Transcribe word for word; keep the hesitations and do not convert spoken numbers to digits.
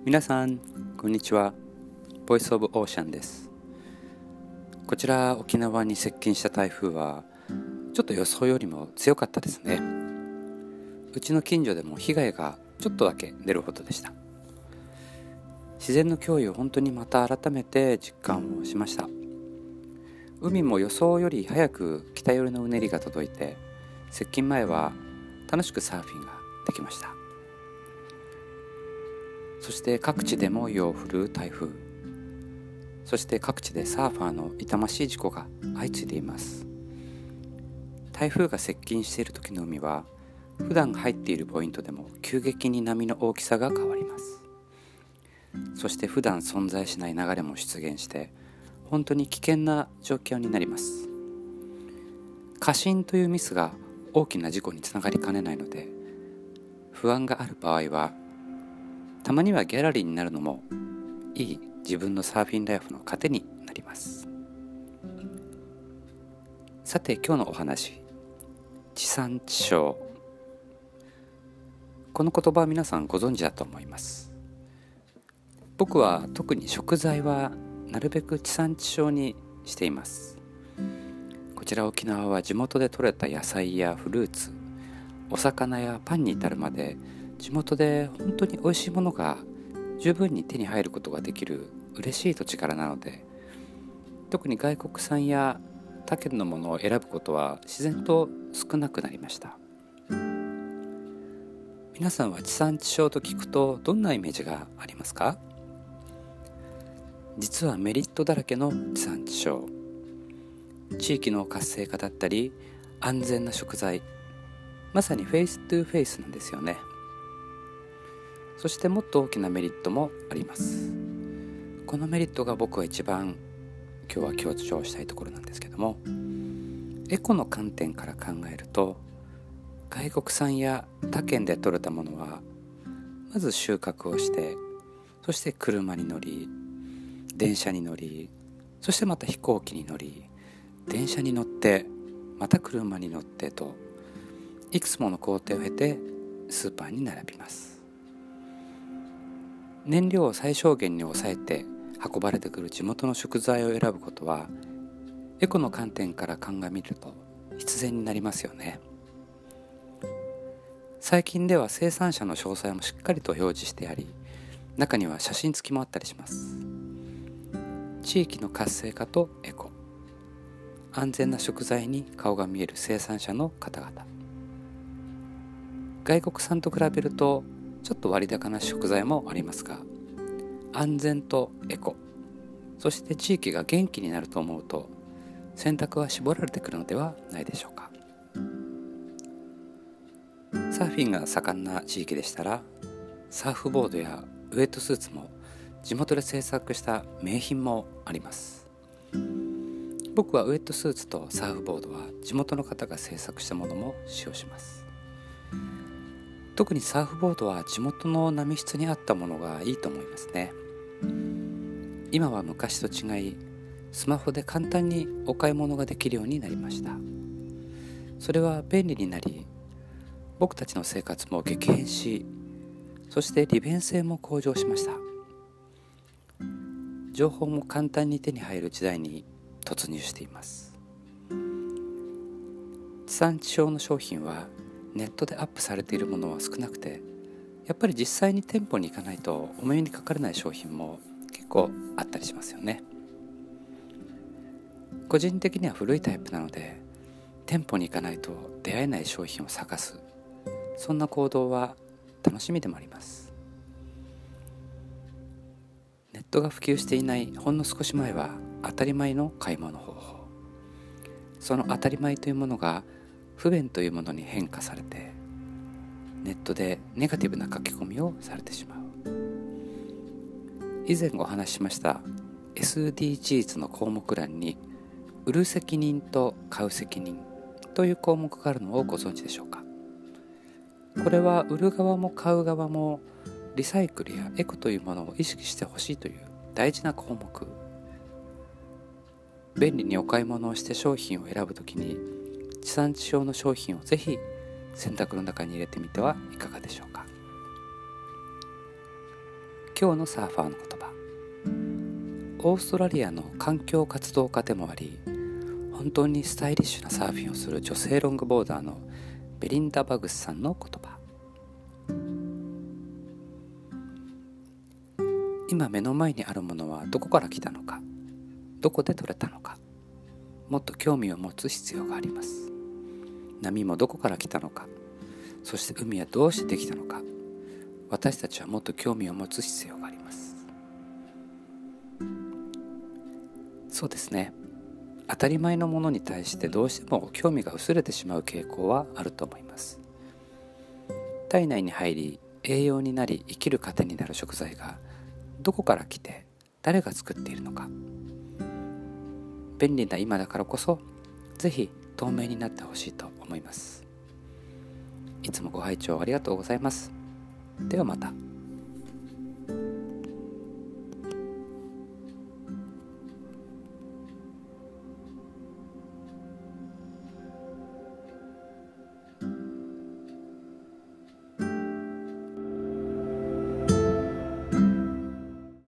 皆さんこんにちは。ボイスオブオーシャンです。こちら沖縄に接近した台風はちょっと予想よりも強かったですね。うちの近所でも被害がちょっとだけ出るほどでした。自然の脅威を本当にまた改めて実感をしました。海も予想より早く北寄りのうねりが届いて、接近前は楽しくサーフィンができました。そして各地で猛威を振るう台風、そして各地でサーファーの痛ましい事故が相次いでいます。台風が接近している時の海は普段入っているポイントでも急激に波の大きさが変わります。そして普段存在しない流れも出現して本当に危険な状況になります。過信というミスが大きな事故につながりかねないので、不安がある場合はたまにはギャラリーになるのもいい自分のサーフィンライフの糧になります。さて今日のお話、地産地消。この言葉は皆さんご存知だと思います。僕は特に食材はなるべく地産地消にしています。こちら沖縄は地元で採れた野菜やフルーツ、お魚やパンに至るまで地元で本当に美味しいものが十分に手に入ることができる嬉しい土地柄なので、特に外国産や他県のものを選ぶことは自然と少なくなりました。皆さんは地産地消と聞くとどんなイメージがありますか？実はメリットだらけの地産地消、地域の活性化だったり安全な食材、まさにフェイストゥフェイスなんですよね。そしてもっと大きなメリットもあります。このメリットが僕は一番今日は強調したいところなんですけども、エコの観点から考えると、外国産や他県で採れたものはまず収穫をして、そして車に乗り、電車に乗り、そしてまた飛行機に乗り、電車に乗ってまた車に乗ってと、いくつもの工程を経てスーパーに並びます。燃料を最小限に抑えて運ばれてくる地元の食材を選ぶことはエコの観点から鑑みると必然になりますよね。最近では生産者の詳細もしっかりと表示してあり、中には写真付きもあったりします。地域の活性化とエコ、安全な食材に顔が見える生産者の方々、外国産と比べるとちょっと割高な食材もありますが、安全とエコ、そして地域が元気になると思うと選択は絞られてくるのではないでしょうか。サーフィンが盛んな地域でしたら、サーフボードやウェットスーツも地元で製作した名品もあります。僕はウェットスーツとサーフボードは地元の方が製作したものも使用します。特にサーフボードは地元の波質に合ったものがいいと思いますね。今は昔と違い、スマホで簡単にお買い物ができるようになりました。それは便利になり、僕たちの生活も激変し、そして利便性も向上しました。情報も簡単に手に入る時代に突入しています。地産地消の商品はネットでアップされているものは少なくて、やっぱり実際に店舗に行かないとお目にかかれない商品も結構あったりしますよね。個人的には古いタイプなので、店舗に行かないと出会えない商品を探す、そんな行動は楽しみでもあります。ネットが普及していないほんの少し前は当たり前の買い物方法、その当たり前というものが不便というものに変化されて、ネットでネガティブな書き込みをされてしまう。以前お話ししました エスディージーズ の項目欄に売る責任と買う責任という項目があるのをご存知でしょうか。これは売る側も買う側もリサイクルやエコというものを意識してほしいという大事な項目。便利にお買い物をして商品を選ぶときに地産地消の商品をぜひ選択の中に入れてみてはいかがでしょうか。 今日のサーファーの言葉。オーストラリアの環境活動家でもあり、本当にスタイリッシュなサーフィンをする女性ロングボーダーのベリンダ・バグスさんの言葉。今目の前にあるものはどこから来たのか、どこで取れたのか、もっと興味を持つ必要があります。波もどこから来たのか、そして海はどうしてできたのか、私たちはもっと興味を持つ必要があります。そうですね。当たり前のものに対してどうしても興味が薄れてしまう傾向はあると思います。体内に入り、栄養になり、生きる糧になる食材がどこから来て誰が作っているのか、便利な今だからこそぜひ透明になってほしいと思います。いつもご拝聴ありがとうございます。ではまた。